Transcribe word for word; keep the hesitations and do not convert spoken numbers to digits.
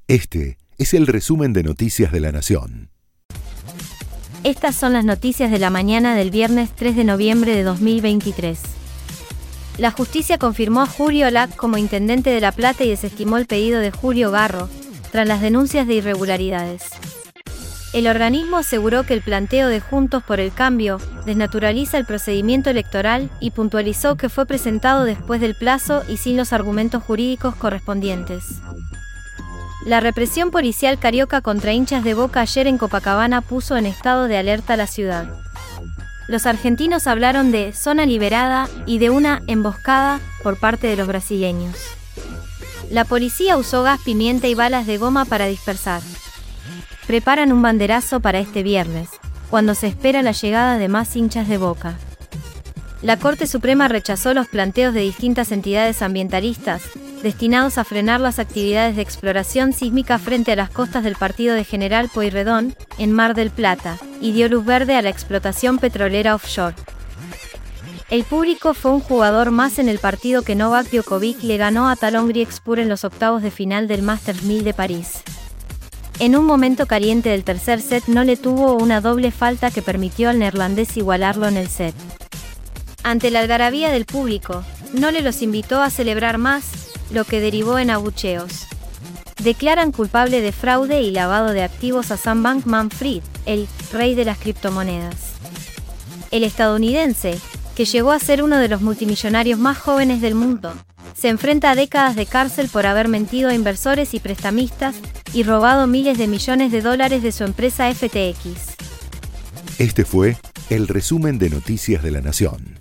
Este es el resumen de Noticias de la Nación. Estas son las noticias de la mañana del viernes tres de noviembre de dos mil veintitrés. La justicia confirmó a Julio Lac como intendente de La Plata y desestimó el pedido de Julio Garro, tras las denuncias de irregularidades. El organismo aseguró que el planteo de Juntos por el Cambio desnaturaliza el procedimiento electoral y puntualizó que fue presentado después del plazo y sin los argumentos jurídicos correspondientes. La represión policial carioca contra hinchas de Boca ayer en Copacabana puso en estado de alerta a la ciudad. Los argentinos hablaron de zona liberada y de una emboscada por parte de los brasileños. La policía usó gas pimienta y balas de goma para dispersar. Preparan un banderazo para este viernes, cuando se espera la llegada de más hinchas de Boca. La Corte Suprema rechazó los planteos de distintas entidades ambientalistas, destinados a frenar las actividades de exploración sísmica frente a las costas del partido de General Pueyrredón, en Mar del Plata, y dio luz verde a la explotación petrolera offshore. El público fue un jugador más en el partido que Novak Djokovic le ganó a Talon Griekspur en los octavos de final del Masters mil de París. En un momento caliente del tercer set no le tuvo una doble falta que permitió al neerlandés igualarlo en el set. Ante la algarabía del público, Nole los invitó a celebrar más, lo que derivó en abucheos. Declaran culpable de fraude y lavado de activos a Sam Bankman-Fried, el rey de las criptomonedas. El estadounidense, que llegó a ser uno de los multimillonarios más jóvenes del mundo, se enfrenta a décadas de cárcel por haber mentido a inversores y prestamistas y robado miles de millones de dólares de su empresa F T X. Este fue el resumen de Noticias de la Nación.